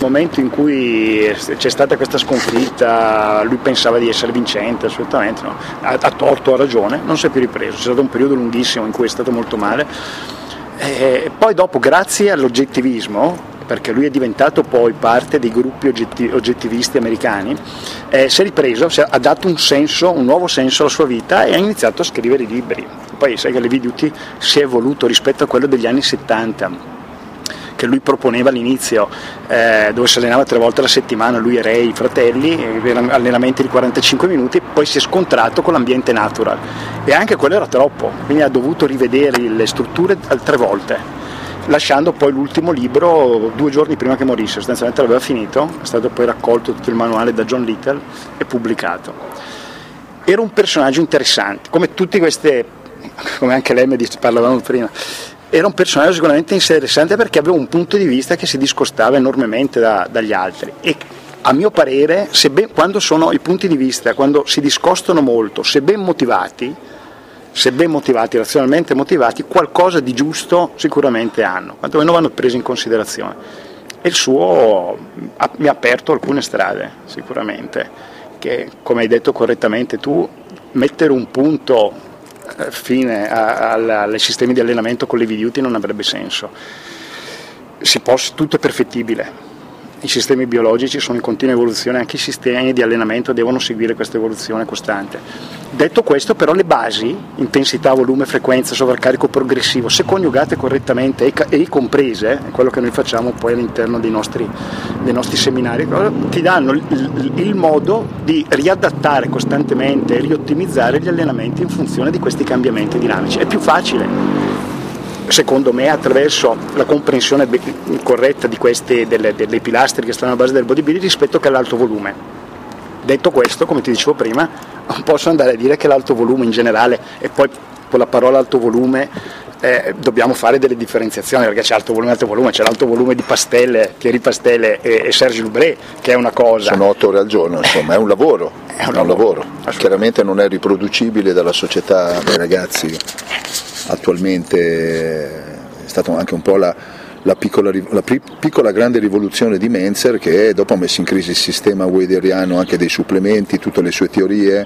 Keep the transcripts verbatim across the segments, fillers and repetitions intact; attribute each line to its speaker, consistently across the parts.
Speaker 1: momento in cui c'è stata questa sconfitta lui pensava di essere vincente, assolutamente no, ha, ha torto, ha ragione, non si è più ripreso, c'è stato un periodo lunghissimo in cui è stato molto male, e poi dopo, grazie all'oggettivismo, perché lui è diventato poi parte dei gruppi oggetti, oggettivisti americani, eh, si è ripreso, si è, ha dato un senso, un nuovo senso alla sua vita e ha iniziato a scrivere i libri. Poi sai che Levi Duty si è evoluto rispetto a quello degli anni settanta, che lui proponeva all'inizio, eh, dove si allenava tre volte alla settimana, lui e Ray, i fratelli, allenamenti di quarantacinque minuti, poi si è scontrato con l'ambiente natural e anche quello era troppo, quindi ha dovuto rivedere le strutture tre volte, lasciando poi l'ultimo libro due giorni prima che morisse, sostanzialmente l'aveva finito, è stato poi raccolto tutto il manuale da John Little e pubblicato. Era un personaggio interessante, come tutte queste, come anche lei mi dice, parlavamo prima, era un personaggio sicuramente interessante perché aveva un punto di vista che si discostava enormemente da, dagli altri e a mio parere, se ben, quando sono i punti di vista, quando si discostano molto, se ben motivati, se ben motivati, razionalmente motivati, qualcosa di giusto sicuramente hanno, quantomeno vanno presi in considerazione. E il suo ha, mi ha aperto alcune strade, sicuramente, che come hai detto correttamente tu, mettere un punto fine ai sistemi di allenamento con Levi Duty non avrebbe senso. Si può, tutto è perfettibile. I sistemi biologici sono in continua evoluzione, anche i sistemi di allenamento devono seguire questa evoluzione costante. Detto questo, però, le basi, intensità, volume, frequenza, sovraccarico progressivo, se coniugate correttamente e, e comprese, è quello che noi facciamo poi all'interno dei nostri, dei nostri seminari, ti danno il, il, il modo di riadattare costantemente e riottimizzare gli allenamenti in funzione di questi cambiamenti dinamici. È più facile, secondo me, attraverso la comprensione corretta di questi, delle, delle pilastri che stanno alla base del bodybuilding rispetto che all'alto volume. Detto questo, come ti dicevo prima, non posso andare a dire che l'alto volume in generale, e poi con la parola alto volume eh, dobbiamo fare delle differenziazioni, perché c'è alto volume e alto volume, c'è l'alto volume di Pastelle, Thierry Pastelle e, e Serge Lubret, che è una cosa.
Speaker 2: Sono otto ore al giorno, insomma, è un lavoro, è un, è un lavoro. lavoro. Chiaramente non è riproducibile dalla società dei ragazzi attualmente, è stata anche un po' la, la, piccola, la piccola grande rivoluzione di Mentzer, che dopo ha messo in crisi il sistema waderiano anche dei supplementi, tutte le sue teorie,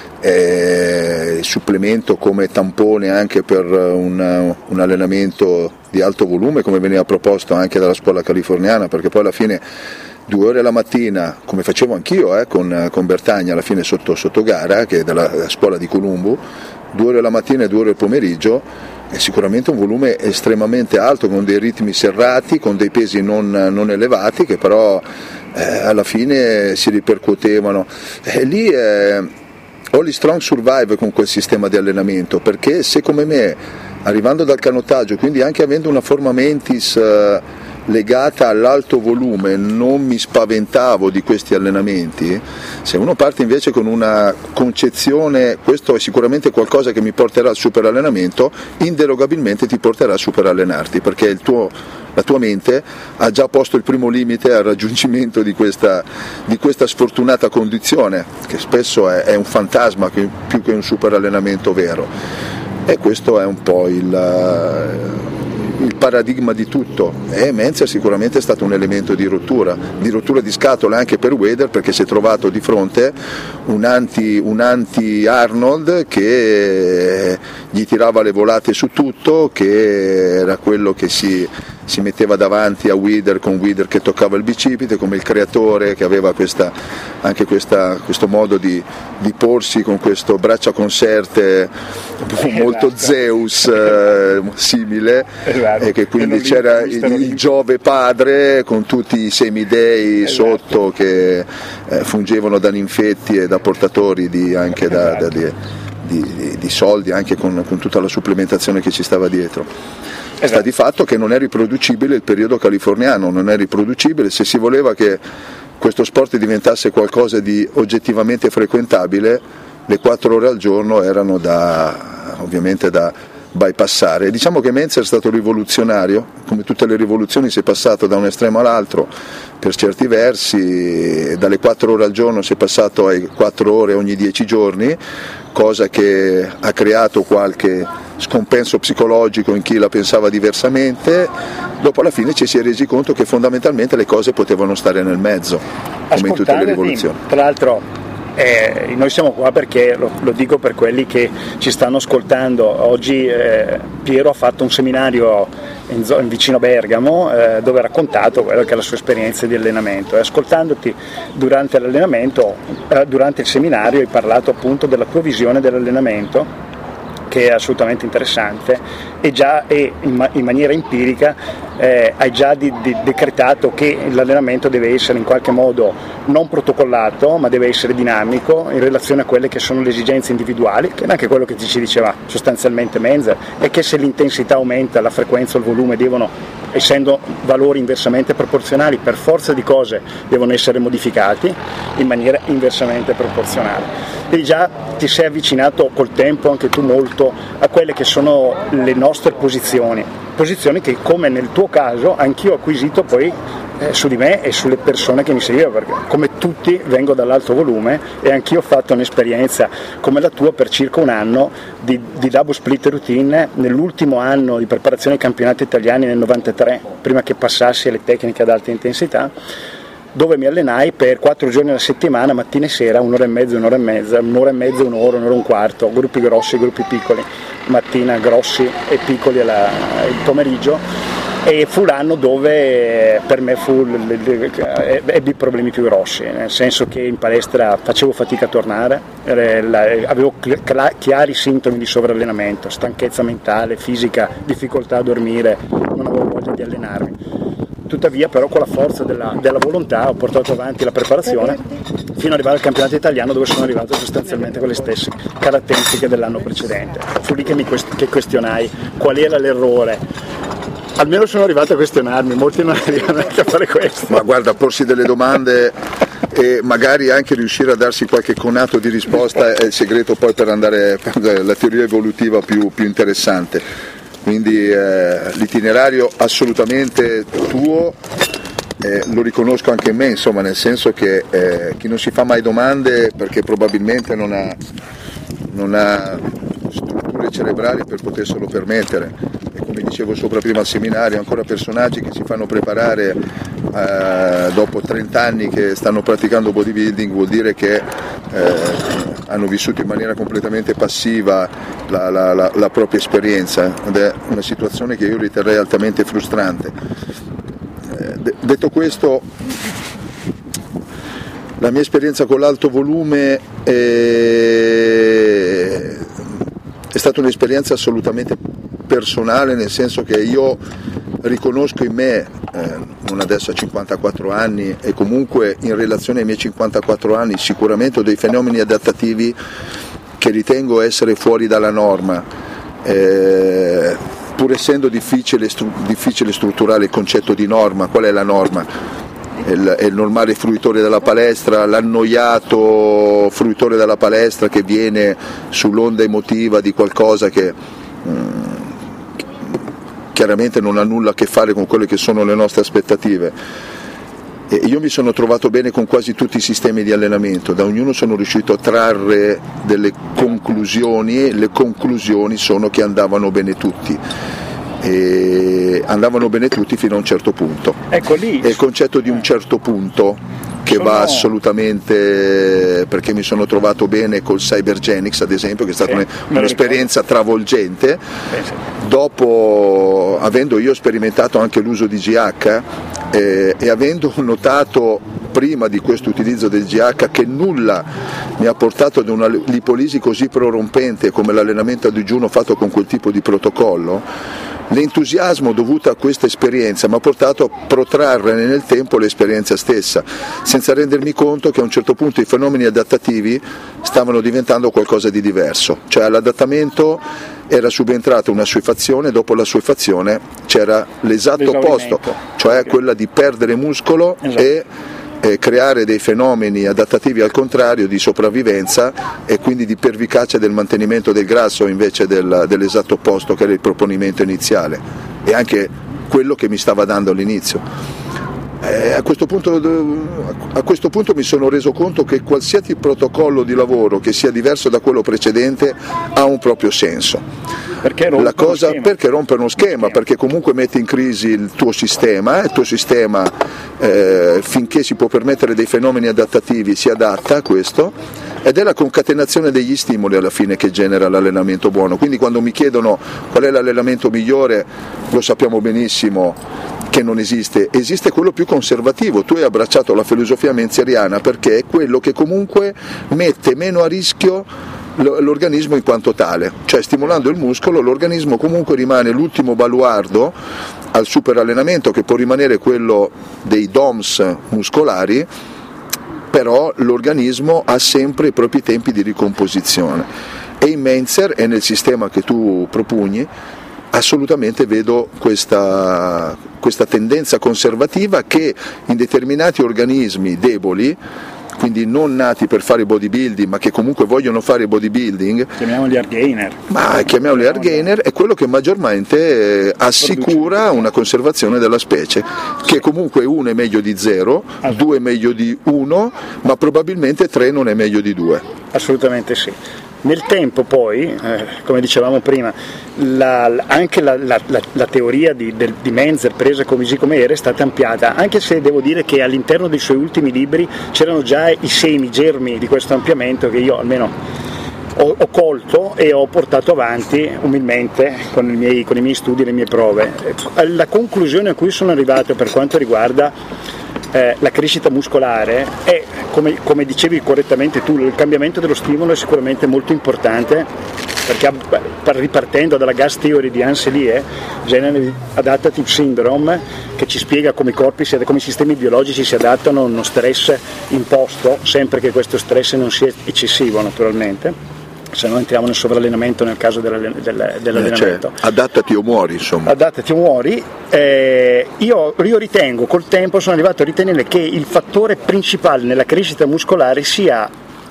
Speaker 2: eh, il supplemento come tampone anche per un, un allenamento di alto volume, come veniva proposto anche dalla scuola californiana, perché poi alla fine due ore la mattina, come facevo anch'io eh, con, con Bertagna alla fine sotto, sotto gara, che è dalla scuola di Columbu, due ore la mattina e due ore il pomeriggio, è sicuramente un volume estremamente alto, con dei ritmi serrati, con dei pesi non, non elevati, che però eh, alla fine si ripercuotevano. E lì eh, Holly Strong survive con quel sistema di allenamento, perché se come me, arrivando dal canottaggio, quindi anche avendo una forma mentis eh, legata all'alto volume, non mi spaventavo di questi allenamenti, se uno parte invece con una concezione, questo è sicuramente qualcosa che mi porterà al superallenamento, inderogabilmente ti porterà a superallenarti, perché il tuo, la tua mente ha già posto il primo limite al raggiungimento di questa, di questa sfortunata condizione, che spesso è, è un fantasma che, più che un superallenamento vero, e questo è un po' il il paradigma di tutto, e Mentzer sicuramente è stato un elemento di rottura, di rottura di scatole anche per Wader, perché si è trovato di fronte un anti, un anti Arnold che gli tirava le volate su tutto, che era quello che si, si metteva davanti a Wader, con Wader che toccava il bicipite, come il creatore che aveva questa, anche questa, questo modo di, di porsi con questo braccia conserte molto Zeus eh, simile, e che quindi c'era il, il Giove padre con tutti i semidei sotto che eh, fungevano da ninfetti e da portatori di, anche da, da, di, di, di soldi, anche con, con tutta la supplementazione che ci stava dietro. Sta di fatto che non è riproducibile il periodo californiano, non è riproducibile. Se si voleva che questo sport diventasse qualcosa di oggettivamente frequentabile, le quattro ore al giorno erano da, ovviamente da bypassare. Diciamo che Mentzer è stato rivoluzionario, come tutte le rivoluzioni si è passato da un estremo all'altro per certi versi, dalle quattro ore al giorno si è passato ai quattro ore ogni dieci giorni, cosa che ha creato qualche scompenso psicologico in chi la pensava diversamente, dopo alla fine ci si è resi conto che fondamentalmente le cose potevano stare nel mezzo, come in tutte le rivoluzioni.
Speaker 1: Tra l'altro Eh, noi siamo qua perché, lo, lo dico per quelli che ci stanno ascoltando, oggi eh, Piero ha fatto un seminario in, in vicino a Bergamo eh, dove ha raccontato quello che è la sua esperienza di allenamento, e ascoltandoti durante l'allenamento, eh, durante il seminario hai parlato appunto della tua visione dell'allenamento, che è assolutamente interessante, e già e in, in maniera empirica eh, hai già di, di decretato che l'allenamento deve essere in qualche modo non protocollato, ma deve essere dinamico in relazione a quelle che sono le esigenze individuali, che è anche quello che ti ci diceva sostanzialmente Menzer, e che se l'intensità aumenta, la frequenza o il volume devono, essendo valori inversamente proporzionali, per forza di cose devono essere modificati in maniera inversamente proporzionale. Quindi già ti sei avvicinato col tempo anche tu molto a quelle che sono le nostre posizioni, posizioni che, come nel tuo caso, anch'io ho acquisito poi eh, su di me e sulle persone che mi seguivano, perché come tutti vengo dall'alto volume e anch'io ho fatto un'esperienza come la tua per circa un anno di, di double split routine nell'ultimo anno di preparazione ai campionati italiani nel novantatré, prima che passassi alle tecniche ad alta intensità, dove mi allenai per quattro giorni alla settimana, mattina e sera, un'ora e mezza, un'ora e mezza, un'ora e mezza, un'ora, un'ora e un quarto, gruppi grossi, gruppi piccoli, mattina grossi e piccoli alla, il pomeriggio, e fu l'anno dove per me fu, ebbi i problemi più grossi, nel senso che in palestra facevo fatica a tornare, avevo chiari sintomi di sovrallenamento, stanchezza mentale, fisica, difficoltà a dormire, non avevo voglia di allenarmi. Tuttavia però con la forza della, della volontà ho portato avanti la preparazione fino ad arrivare al campionato italiano, dove sono arrivato sostanzialmente con le stesse caratteristiche dell'anno precedente. Fu lì che mi quest- che questionai qual era l'errore. Almeno sono arrivato a questionarmi, molti non arrivano neanche a fare questo.
Speaker 2: Ma guarda, porsi delle domande e magari anche riuscire a darsi qualche conato di risposta è il segreto poi per andare per la teoria evolutiva più, più interessante. Quindi eh, l'itinerario assolutamente tuo, eh, lo riconosco anche in me, insomma, nel senso che eh, chi non si fa mai domande perché probabilmente non ha, non ha strutture cerebrali per poterselo permettere, e come dicevo sopra prima al seminario, ancora personaggi che si fanno preparare eh, dopo trenta anni che stanno praticando bodybuilding, vuol dire che eh, hanno vissuto in maniera completamente passiva la, la, la, la propria esperienza, ed è una situazione che io riterrei altamente frustrante. Eh, de- detto questo, la mia esperienza con l'alto volume è, è stata un'esperienza assolutamente personale, nel senso che io riconosco in me, eh, non adesso a cinquantaquattro anni, e comunque in relazione ai miei cinquantaquattro anni sicuramente ho dei fenomeni adattativi che ritengo essere fuori dalla norma, eh, pur essendo difficile, stru- difficile strutturare il concetto di norma. Qual è la norma? È il, è il normale fruitore della palestra, l'annoiato fruitore della palestra che viene sull'onda emotiva di qualcosa che mm, chiaramente non ha nulla a che fare con quelle che sono le nostre aspettative. E io mi sono trovato bene con quasi tutti i sistemi di allenamento, da ognuno sono riuscito a trarre delle conclusioni, e le conclusioni sono che andavano bene tutti. E andavano bene tutti fino a un certo punto.
Speaker 1: Ecco lì.
Speaker 2: E il concetto di un certo punto che va assolutamente, perché mi sono trovato bene col Cybergenics ad esempio, che è stata sì, un'esperienza travolgente. Sì, sì. Dopo, avendo io sperimentato anche l'uso di G H eh, e avendo notato prima di questo utilizzo del G H che nulla mi ha portato ad una lipolisi così prorompente come l'allenamento a digiuno fatto con quel tipo di protocollo, l'entusiasmo dovuto a questa esperienza mi ha portato a protrarre nel tempo l'esperienza stessa, senza rendermi conto che a un certo punto i fenomeni adattativi stavano diventando qualcosa di diverso, cioè all'adattamento era subentrata una assuefazione, dopo l'assuefazione c'era l'esatto opposto, cioè okay. quella di perdere muscolo esatto. e E creare dei fenomeni adattativi al contrario di sopravvivenza e quindi di pervicacia del mantenimento del grasso invece del, dell'esatto opposto che era il proponimento iniziale, e anche quello che mi stava dando all'inizio. Eh, a, questo punto, a questo punto mi sono reso conto che qualsiasi protocollo di lavoro che sia diverso da quello precedente ha un proprio senso.
Speaker 1: Perché rompe
Speaker 2: la cosa,
Speaker 1: uno schema.
Speaker 2: Perché rompe uno schema, perché comunque mette in crisi il tuo sistema, il tuo sistema eh, finché si può permettere dei fenomeni adattativi si adatta a questo, ed è la concatenazione degli stimoli alla fine che genera l'allenamento buono. Quindi quando mi chiedono qual è l'allenamento migliore, lo sappiamo benissimo che non esiste, esiste quello più conservativo. Tu hai abbracciato la filosofia menzeriana perché è quello che comunque mette meno a rischio l'organismo in quanto tale, cioè stimolando il muscolo l'organismo comunque rimane l'ultimo baluardo al superallenamento, che può rimanere quello dei D O M S muscolari, però l'organismo ha sempre i propri tempi di ricomposizione, e in Mentzer e nel sistema che tu propugni assolutamente vedo questa, questa tendenza conservativa che in determinati organismi deboli, quindi non nati per fare bodybuilding ma che comunque vogliono fare bodybuilding,
Speaker 1: chiamiamoli hard gainer,
Speaker 2: ma chiamiamoli hard gainer, è quello che maggiormente assicura una conservazione della specie, che comunque uno è meglio di zero, due è meglio di uno, ma probabilmente tre non è meglio di due.
Speaker 1: Assolutamente sì. Nel tempo poi, eh, come dicevamo prima, la, anche la, la, la, la teoria di, del, di Mentzer presa così come era è stata ampliata, anche se devo dire che all'interno dei suoi ultimi libri c'erano già i semi, i germi di questo ampliamento che io almeno ho, ho colto e ho portato avanti umilmente con i, miei, con i miei studi e le mie prove. La conclusione a cui sono arrivato per quanto riguarda Eh, la crescita muscolare è, come, come dicevi correttamente tu, il cambiamento dello stimolo è sicuramente molto importante, perché ripartendo dalla gas theory di Anselie, General Adaptive Syndrome, che ci spiega come i corpi, come i sistemi biologici si adattano a uno stress imposto, sempre che questo stress non sia eccessivo naturalmente, se no entriamo nel sovrallenamento nel caso dell'allenamento.
Speaker 2: Eh, cioè, adattati o muori, insomma.
Speaker 1: Adattati o muori. Eh, io, io ritengo, col tempo sono arrivato a ritenere che il fattore principale nella crescita muscolare sia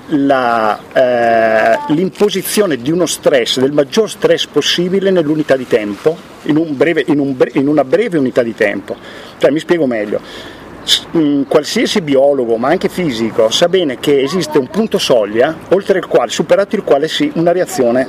Speaker 1: la, eh, l'imposizione di uno stress, del maggior stress possibile nell'unità di tempo, in, un breve, in, un, in una breve unità di tempo. Cioè, mi spiego meglio. Qualsiasi biologo, ma anche fisico, sa bene che esiste un punto soglia oltre il quale, superato il quale sì, una reazione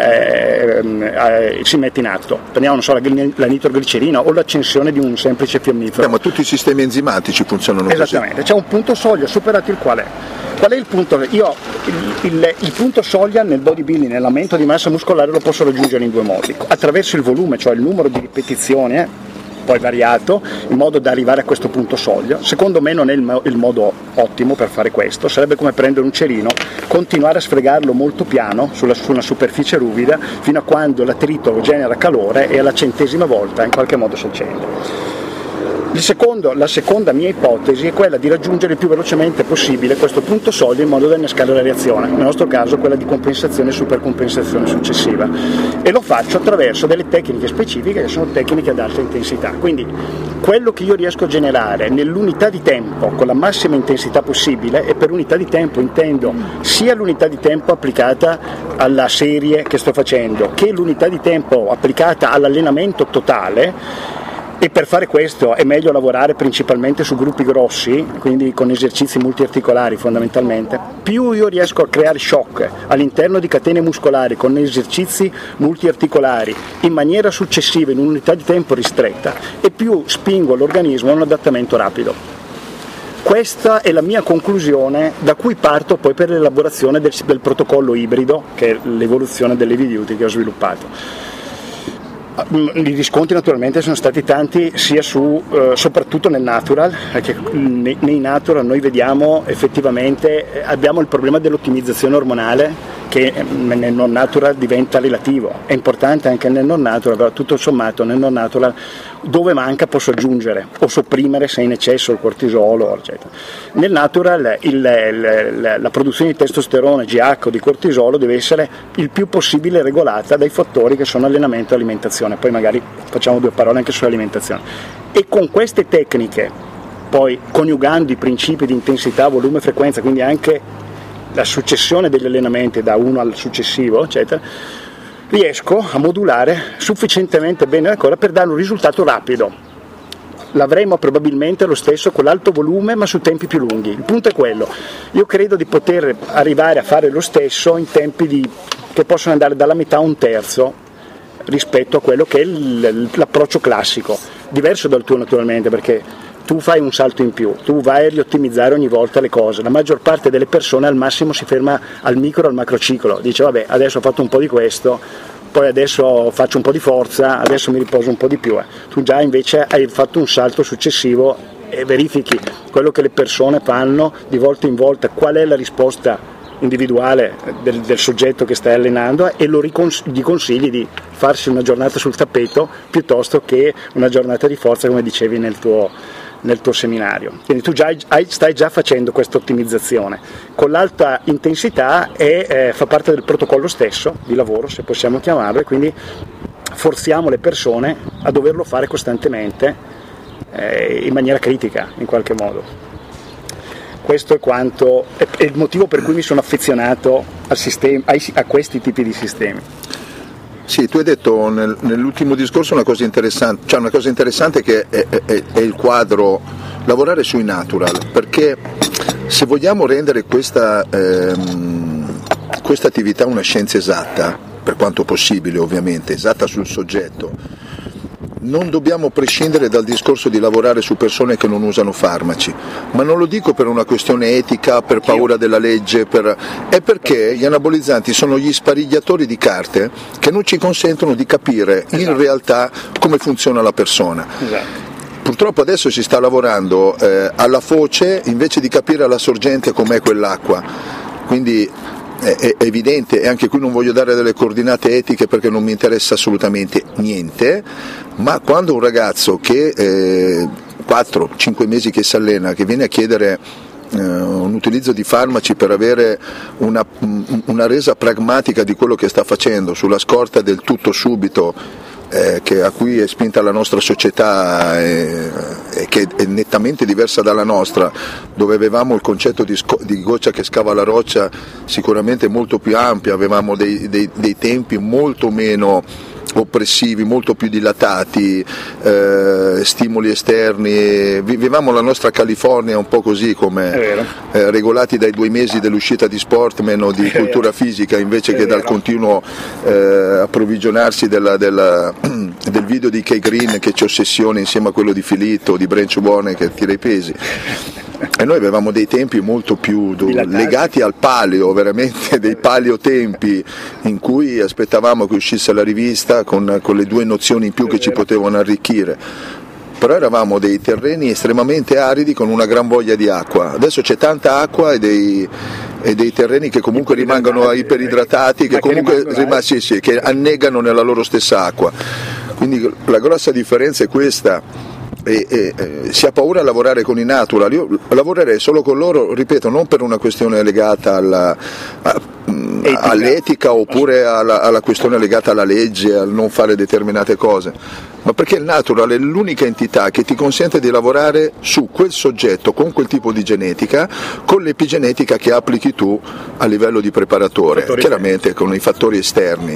Speaker 1: eh, eh, si mette in atto. Prendiamo non so, la, la nitroglicerina o l'accensione di un semplice fiammifero.
Speaker 2: Eh, ma tutti i sistemi enzimatici funzionano così.
Speaker 1: Esattamente, c'è un punto soglia superato il quale. Qual è il punto? Io il, il, il punto soglia nel bodybuilding, nell'aumento di massa muscolare, lo posso raggiungere in due modi: attraverso il volume, cioè il numero di ripetizioni, eh, poi variato, in modo da arrivare a questo punto soglia. Secondo me non è il, il modo ottimo per fare questo, sarebbe come prendere un cerino, continuare a sfregarlo molto piano sulla, su una superficie ruvida fino a quando l'attrito genera calore e alla centesima volta in qualche modo si accende. Il secondo, la seconda mia ipotesi è quella di raggiungere il più velocemente possibile questo punto soglia in modo da innescare la reazione, nel nostro caso quella di compensazione e supercompensazione successiva, e lo faccio attraverso delle tecniche specifiche che sono tecniche ad alta intensità. Quindi quello che io riesco a generare nell'unità di tempo con la massima intensità possibile, e per unità di tempo intendo sia l'unità di tempo applicata alla serie che sto facendo che l'unità di tempo applicata all'allenamento totale. E per fare questo è meglio lavorare principalmente su gruppi grossi, quindi con esercizi multiarticolari fondamentalmente. Più io riesco a creare shock all'interno di catene muscolari con esercizi multiarticolari in maniera successiva in un'unità di tempo ristretta, e più spingo l'organismo a un adattamento rapido. Questa è la mia conclusione, da cui parto poi per l'elaborazione del, del protocollo ibrido, che è l'evoluzione dell'heavy duty che ho sviluppato. I riscontri naturalmente sono stati tanti, sia su, eh, soprattutto nel natural, perché nei, nei natural noi vediamo effettivamente, abbiamo il problema dell'ottimizzazione ormonale, che nel non natural diventa relativo. È importante anche nel non natural, però tutto sommato nel non natural dove manca posso aggiungere o sopprimere se è in eccesso il cortisolo, eccetera. Nel natural il, il, la produzione di testosterone, G H o di cortisolo deve essere il più possibile regolata dai fattori che sono allenamento e alimentazione. Poi magari facciamo due parole anche sull'alimentazione. E con queste tecniche, poi coniugando i principi di intensità, volume e frequenza, quindi anche la successione degli allenamenti da uno al successivo, eccetera, riesco a modulare sufficientemente bene la cosa per dare un risultato rapido. L'avremo probabilmente lo stesso con l'alto volume ma su tempi più lunghi. Il punto è quello: io credo di poter arrivare a fare lo stesso in tempi di, che possono andare dalla metà a un terzo rispetto a quello che è il, l'approccio classico, diverso dal tuo naturalmente, perché tu fai un salto in più, tu vai a riottimizzare ogni volta le cose. La maggior parte delle persone al massimo si ferma al micro, al macrociclo, dice vabbè adesso ho fatto un po' di questo, poi adesso faccio un po' di forza, adesso mi riposo un po' di più. Eh. Tu già invece hai fatto un salto successivo e verifichi quello che le persone fanno di volta in volta, qual è la risposta individuale del, del soggetto che stai allenando, e lo ricons- gli consigli di farsi una giornata sul tappeto piuttosto che una giornata di forza, come dicevi nel tuo, nel tuo seminario. Quindi tu già hai, stai già facendo questa ottimizzazione con l'alta intensità e eh, fa parte del protocollo stesso di lavoro, se possiamo chiamarlo, e quindi forziamo le persone a doverlo fare costantemente eh, in maniera critica in qualche modo. Questo è quanto è il motivo per cui mi sono affezionato al sistema, a questi tipi di sistemi.
Speaker 2: Sì, tu hai detto nel, nell'ultimo discorso una cosa interessante, cioè una cosa interessante che è, è, è il quadro, lavorare sui natural, perché se vogliamo rendere questa, ehm, questa attività una scienza esatta, per quanto possibile ovviamente, esatta sul soggetto, non dobbiamo prescindere dal discorso di lavorare su persone che non usano farmaci, ma non lo dico per una questione etica, per paura della legge, per... è perché gli anabolizzanti sono gli sparigliatori di carte che non ci consentono di capire in esatto. realtà come funziona la persona. Esatto. Purtroppo adesso si sta lavorando eh, alla foce invece di capire alla sorgente com'è quell'acqua, quindi è evidente, e anche qui non voglio dare delle coordinate etiche perché non mi interessa assolutamente niente, ma quando un ragazzo che eh, quattro cinque mesi che si allena, che viene a chiedere eh, un utilizzo di farmaci per avere una, una resa pragmatica di quello che sta facendo sulla scorta del tutto subito, Eh, che, a cui è spinta la nostra società e eh, che è nettamente diversa dalla nostra, dove avevamo il concetto di, sco- di goccia che scava la roccia sicuramente molto più ampio, avevamo dei, dei, dei tempi molto meno oppressivi, molto più dilatati, eh, stimoli esterni, vivevamo la nostra California un po' così come eh, regolati dai due mesi dell'uscita di Sportman o di cultura fisica invece che dal continuo eh, approvvigionarsi della, della, del video di Kay Green che ci ossessiona insieme a quello di Filitto o di Branch Buone che tira i pesi. E noi avevamo dei tempi molto più do- legati al paleo, veramente dei paleotempi in cui aspettavamo che uscisse la rivista con, con le due nozioni in più che ci potevano arricchire. Però eravamo dei terreni estremamente aridi con una gran voglia di acqua. Adesso c'è tanta acqua e dei, e dei terreni che comunque rimangono iperidratati, che comunque che, sì, sì, che annegano nella loro stessa acqua. Quindi la grossa differenza è questa. E, e, e si ha paura a lavorare con i natural. Io lavorerei solo con loro, ripeto, non per una questione legata alla, a, all'etica oppure alla, alla questione legata alla legge, al non fare determinate cose, ma perché il natural è l'unica entità che ti consente di lavorare su quel soggetto con quel tipo di genetica, con l'epigenetica che applichi tu a livello di preparatore, chiaramente con i fattori esterni.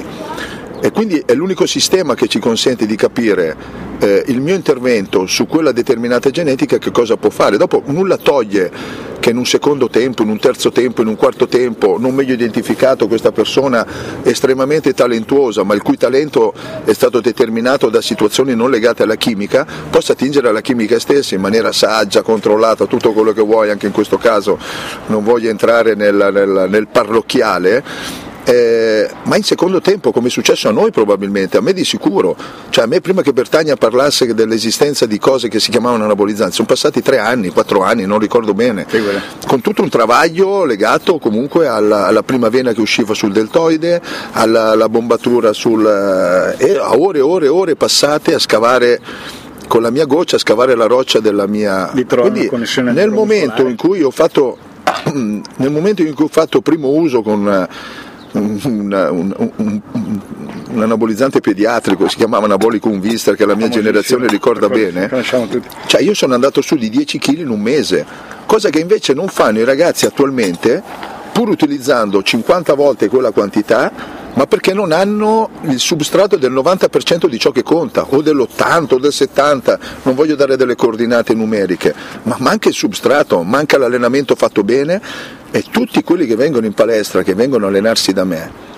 Speaker 2: E quindi è l'unico sistema che ci consente di capire eh, il mio intervento su quella determinata genetica che cosa può fare. Dopo nulla toglie che in un secondo tempo, in un terzo tempo, in un quarto tempo, non meglio identificato, questa persona estremamente talentuosa, ma il cui talento è stato determinato da situazioni non legate alla chimica, possa attingere alla chimica stessa in maniera saggia, controllata, tutto quello che vuoi. Anche in questo caso non voglio entrare nel, nel, nel parrocchiale. Eh, ma in secondo tempo, come è successo a noi probabilmente, a me di sicuro, cioè a me prima che Bertagna parlasse dell'esistenza di cose che si chiamavano anabolizzanti, sono passati tre anni, quattro anni, non ricordo bene, con tutto un travaglio legato comunque alla, alla prima vena che usciva sul deltoide, alla, alla bombatura sul, eh, a ore e ore e ore passate a scavare con la mia goccia, a scavare la roccia della mia. Quindi nel momento in cui ho fatto nel momento in cui ho fatto primo uso con Un, un, un, un, un anabolizzante pediatrico, si chiamava Anabolicum Vistar, che la mia generazione ricorda bene, cioè io sono andato su di dieci chili in un mese, cosa che invece non fanno i ragazzi attualmente, pur utilizzando cinquanta volte quella quantità, ma perché non hanno il substrato del novanta per cento di ciò che conta, o dell'ottanta o del settanta, non voglio dare delle coordinate numeriche, ma manca il substrato, manca l'allenamento fatto bene. E tutti quelli che vengono in palestra, che vengono a allenarsi da me,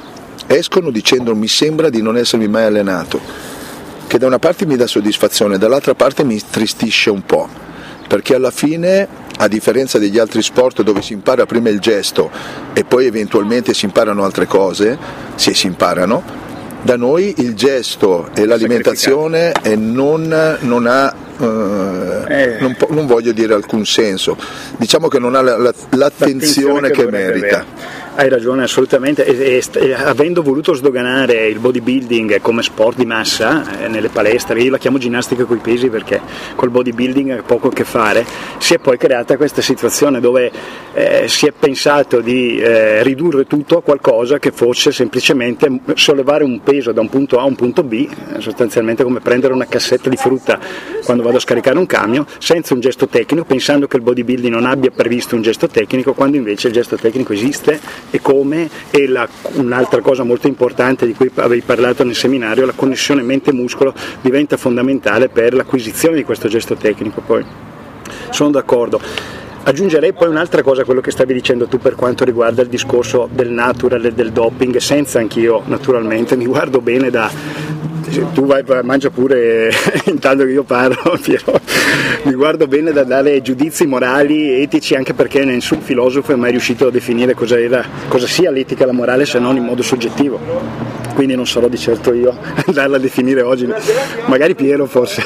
Speaker 2: escono dicendo mi sembra di non essermi mai allenato, che da una parte mi dà soddisfazione, dall'altra parte mi tristisce un po', perché alla fine, a differenza degli altri sport dove si impara prima il gesto e poi eventualmente si imparano altre cose, se si imparano, da noi il gesto e l'alimentazione e non, non ha, uh, eh. non, non voglio dire alcun senso, diciamo che non ha la, la, l'attenzione, l'attenzione che, che merita.
Speaker 1: Avere. Hai ragione assolutamente, e, e, e, avendo voluto sdoganare il bodybuilding come sport di massa eh, nelle palestre, io la chiamo ginnastica coi pesi perché col bodybuilding ha poco a che fare, si è poi creata questa situazione dove eh, si è pensato di eh, ridurre tutto a qualcosa che fosse semplicemente sollevare un peso da un punto A a un punto B, eh, sostanzialmente come prendere una cassetta di frutta quando vado a scaricare un camion, senza un gesto tecnico, pensando che il bodybuilding non abbia previsto un gesto tecnico, quando invece il gesto tecnico esiste. E come, e la, un'altra cosa molto importante di cui avevi parlato nel seminario, la connessione mente-muscolo diventa fondamentale per l'acquisizione di questo gesto tecnico. Poi sono d'accordo. Aggiungerei poi un'altra cosa a quello che stavi dicendo tu per quanto riguarda il discorso del natural e del doping, senza anch'io naturalmente mi guardo bene da... tu vai, mangia pure intanto che io parlo, Piero. Mi guardo bene da dare giudizi morali, etici, anche perché nessun filosofo è mai riuscito a definire cosa, era, cosa sia l'etica e la morale se non in modo soggettivo, quindi non sarò di certo io a andarla a definire oggi, magari Piero forse.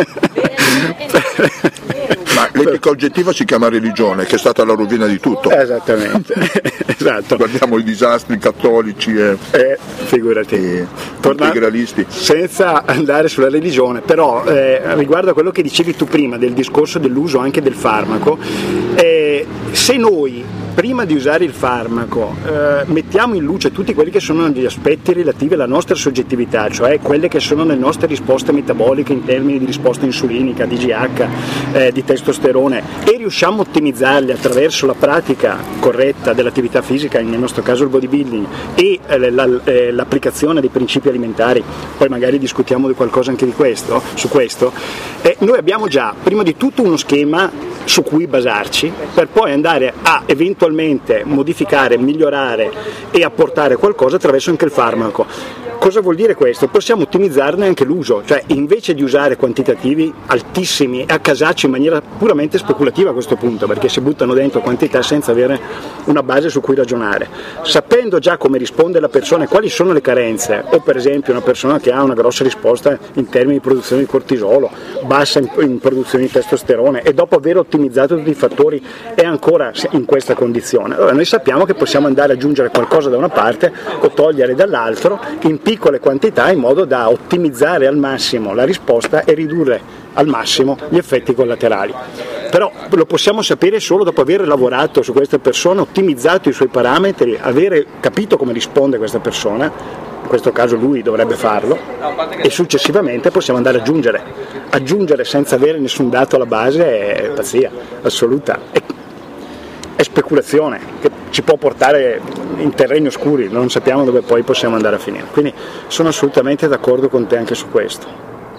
Speaker 2: Ma l'etica oggettiva si chiama religione, che è stata la rovina di tutto.
Speaker 1: Esattamente, esatto.
Speaker 2: Guardiamo i disastri cattolici e,
Speaker 1: eh, figurati.
Speaker 2: e
Speaker 1: Torna-
Speaker 2: integralisti.
Speaker 1: Senza andare sulla religione, però eh, riguardo a quello che dicevi tu prima del discorso dell'uso anche del farmaco, eh, se noi prima di usare il farmaco eh, mettiamo in luce tutti quelli che sono gli aspetti relativi alla nostra soggettività, cioè quelle che sono le nostre risposte metaboliche in termini di risposta insulinica, di G H, eh, di testosterone, e riusciamo a ottimizzarli attraverso la pratica corretta dell'attività fisica, nel nostro caso il bodybuilding, e eh, la, eh, l'applicazione dei principi alimentari, poi magari discutiamo di qualcosa anche di questo, su questo, eh, noi abbiamo già prima di tutto uno schema su cui basarci per poi andare a eventualmente modificare, migliorare e apportare qualcosa attraverso anche il farmaco. Cosa vuol dire questo? Possiamo ottimizzarne anche l'uso, cioè invece di usare quantitativi altissimi e a casaccio in maniera puramente speculativa a questo punto, perché si buttano dentro quantità senza avere una base su cui ragionare, sapendo già come risponde la persona e quali sono le carenze, o per esempio una persona che ha una grossa risposta in termini di produzione di cortisolo, bassa in, in produzione di testosterone, e dopo aver ottimizzato tutti i fattori è ancora in questa condizione, allora noi sappiamo che possiamo andare ad aggiungere qualcosa da una parte o togliere dall'altro in piccole quantità in modo da ottimizzare al massimo la risposta e ridurre al massimo gli effetti collaterali. Però lo possiamo sapere solo dopo aver lavorato su questa persona, ottimizzato i suoi parametri, avere capito come risponde questa persona, in questo caso lui dovrebbe farlo, e successivamente possiamo andare ad aggiungere. Aggiungere senza avere nessun dato alla base è pazzia assoluta, è, è speculazione che ci può portare in terreni oscuri, non sappiamo dove poi possiamo andare a finire. Quindi sono assolutamente d'accordo con te anche su questo.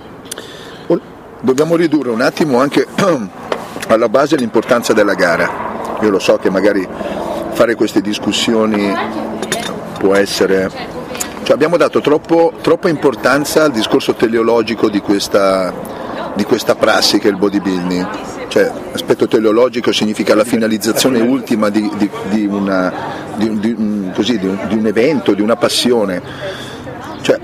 Speaker 2: Dobbiamo ridurre un attimo anche alla base l'importanza della gara. Io lo so che magari fare queste discussioni può essere... Cioè abbiamo dato troppo, troppa importanza al discorso teleologico di questa, di questa prassi che è il bodybuilding. Cioè, aspetto teleologico significa la finalizzazione ultima di, di, di, una, di, di, così, di, un, di un evento, di una passione. Cioè,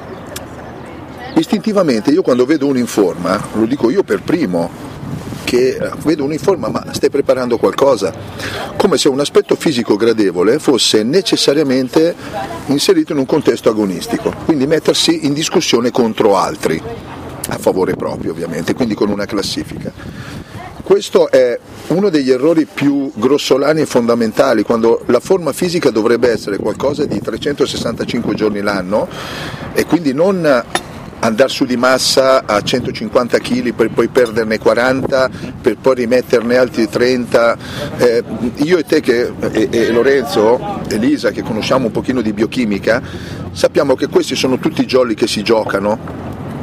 Speaker 2: istintivamente io quando vedo uno in forma, lo dico io per primo, che vedo uno in forma, ma stai preparando qualcosa, come se un aspetto fisico gradevole fosse necessariamente inserito in un contesto agonistico, quindi mettersi in discussione contro altri, a favore proprio ovviamente, quindi con una classifica. Questo è uno degli errori più grossolani e fondamentali, quando la forma fisica dovrebbe essere qualcosa di trecentosessantacinque giorni l'anno, e quindi non andare su di massa a centocinquanta chili per poi perderne quaranta, per poi rimetterne altri trenta. Eh, io e te che, e, e Lorenzo, Elisa, che conosciamo un pochino di biochimica, sappiamo che questi sono tutti jolly che si giocano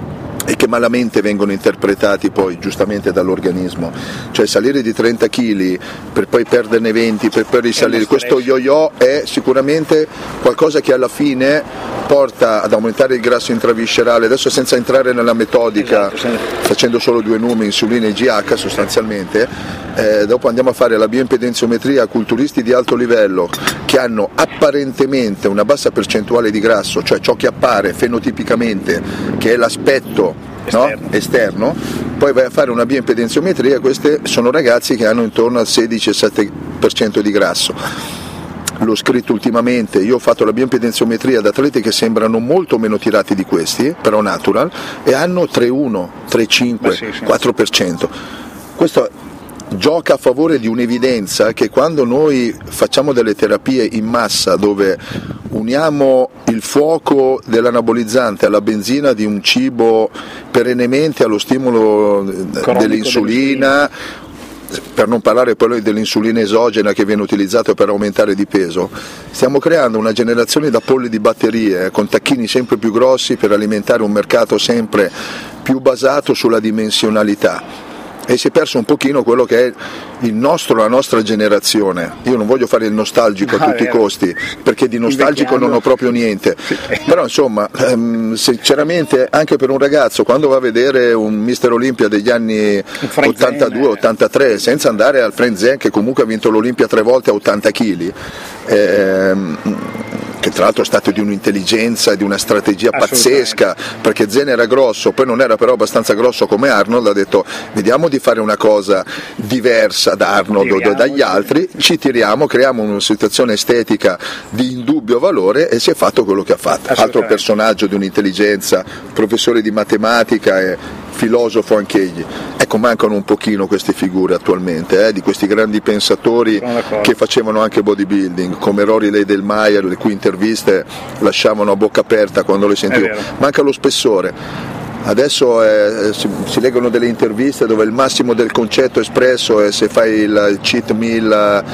Speaker 2: e che malamente vengono interpretati poi giustamente dall'organismo, cioè salire di trenta chili per poi perderne venti, per poi risalire, questo yo-yo è sicuramente qualcosa che alla fine porta ad aumentare il grasso intraviscerale, adesso senza entrare nella metodica, esatto, facendo solo due numeri, insulina e G H sostanzialmente, eh, dopo andiamo a fare la bioimpedenziometria a culturisti di alto livello che hanno apparentemente una bassa percentuale di grasso, cioè ciò che appare fenotipicamente, che è l'aspetto esterno, no? esterno, poi vai a fare una bioimpedenziometria, questi sono ragazzi che hanno intorno al sedici sette per cento di grasso. L'ho scritto ultimamente, io ho fatto la bioimpedenziometria ad atleti che sembrano molto meno tirati di questi, però natural, e hanno tre virgola uno, tre virgola cinque, sì, sì. quattro per cento. Questo gioca a favore di un'evidenza che quando noi facciamo delle terapie in massa dove uniamo il fuoco dell'anabolizzante alla benzina di un cibo perennemente allo stimolo Cronico dell'insulina, per non parlare poi dell'insulina esogena che viene utilizzato per aumentare di peso, stiamo creando una generazione da polli di batterie con tacchini sempre più grossi per alimentare un mercato sempre più basato sulla dimensionalità. E si è perso un pochino quello che è il nostro, la nostra generazione. Io non voglio fare il nostalgico a tutti i costi, perché di nostalgico non ho proprio niente, però insomma ehm, sinceramente anche per un ragazzo quando va a vedere un mister Olympia degli anni ottantadue ottantatré, senza andare al Frank Zen che comunque ha vinto l'Olimpia tre volte a ottanta chili, ehm, che tra l'altro è stato di un'intelligenza e di una strategia pazzesca, perché Zen era grosso, poi non era però abbastanza grosso come Arnold, ha detto vediamo di fare una cosa diversa da Arnold o dagli altri, ci tiriamo, creiamo una situazione estetica di indubbio valore e si è fatto quello che ha fatto. Altro personaggio di un'intelligenza, professore di matematica e filosofo anch'egli. Ecco, mancano un pochino queste figure attualmente, eh, di questi grandi pensatori che facevano anche bodybuilding, come Rory Leidelmeyer, le cui interviste lasciavano a bocca aperta quando le sentivo. Manca lo spessore. Adesso eh, si, si leggono delle interviste dove il massimo del concetto espresso è se fai il cheat meal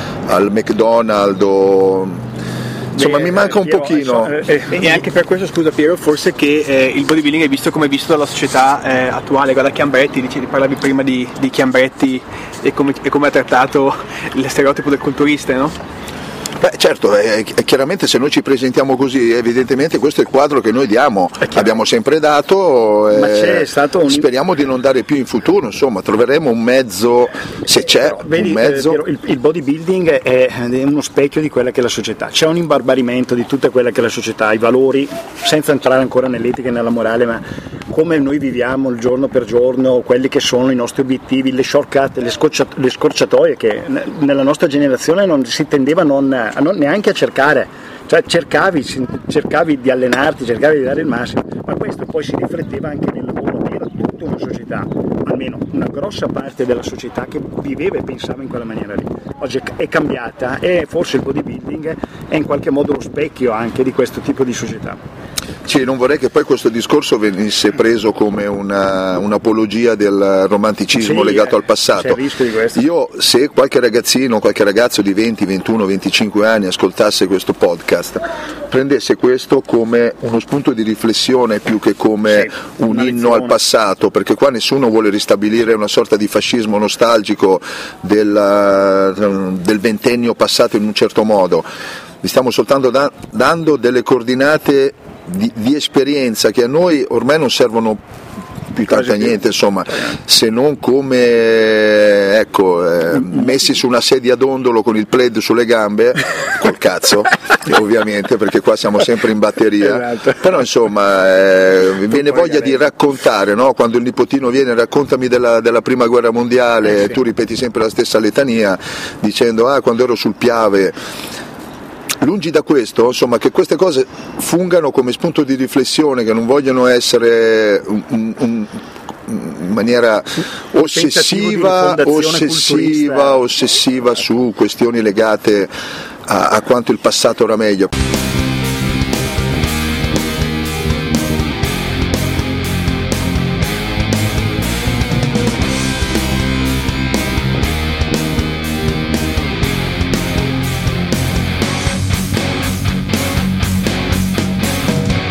Speaker 2: al McDonald's o... Insomma, Beh, mi manca un Piero, pochino.
Speaker 3: Eh, eh, e anche per questo, scusa Piero, forse che eh, il bodybuilding è visto come è visto dalla società eh, attuale. Guarda Chiambretti, dicevi, parlavi prima di, di Chiambretti e come, e come ha trattato lo stereotipo del culturista, no?
Speaker 2: Beh certo, eh, chiaramente se noi ci presentiamo così, evidentemente questo è il quadro che noi diamo, abbiamo sempre dato, eh, Ma c'è stato un... speriamo di non dare più in futuro, insomma troveremo un mezzo, se c'è Però, vedi, un mezzo.
Speaker 1: Eh, il, il bodybuilding è uno specchio di quella che è la società, c'è un imbarbarimento di tutta quella che è la società, i valori, senza entrare ancora nell'etica e nella morale, ma come noi viviamo il giorno per giorno, quelli che sono i nostri obiettivi, le shortcut, le, scocciat- le scorciatoie che nella nostra generazione non si tendeva a non non neanche a cercare, cioè cercavi, cercavi di allenarti, cercavi di dare il massimo, ma questo poi si rifletteva anche nel lavoro, era tutta una società, almeno una grossa parte della società che viveva e pensava in quella maniera lì. Oggi è cambiata e forse il bodybuilding è in qualche modo lo specchio anche di questo tipo di società.
Speaker 2: Sì, non vorrei che poi questo discorso venisse preso come una, un'apologia del romanticismo sì, legato al passato.
Speaker 1: C'è il rischio di questo.
Speaker 2: Io, se qualche ragazzino, qualche ragazzo di venti, ventuno, venticinque anni ascoltasse questo podcast, prendesse questo come uno spunto di riflessione più che come sì, un inno al passato, perché qua nessuno vuole ristabilire una sorta di fascismo nostalgico del, del ventennio passato in un certo modo. Vi stiamo soltanto da, dando delle coordinate Di, di esperienza che a noi ormai non servono più tanto a niente, insomma, se non come ecco eh, messi su una sedia d'ondolo con il plaid sulle gambe col cazzo ovviamente, perché qua siamo sempre in batteria, esatto. Però insomma eh, mi viene voglia di raccontare, no? Quando il nipotino viene raccontami della, della prima guerra mondiale, eh, sì. Tu ripeti sempre la stessa letania dicendo ah quando ero sul Piave. Lungi da questo, insomma, che queste cose fungano come spunto di riflessione, che non vogliono essere un, un, un, in maniera ossessiva, ossessiva, ossessiva su questioni legate a, a quanto il passato era meglio.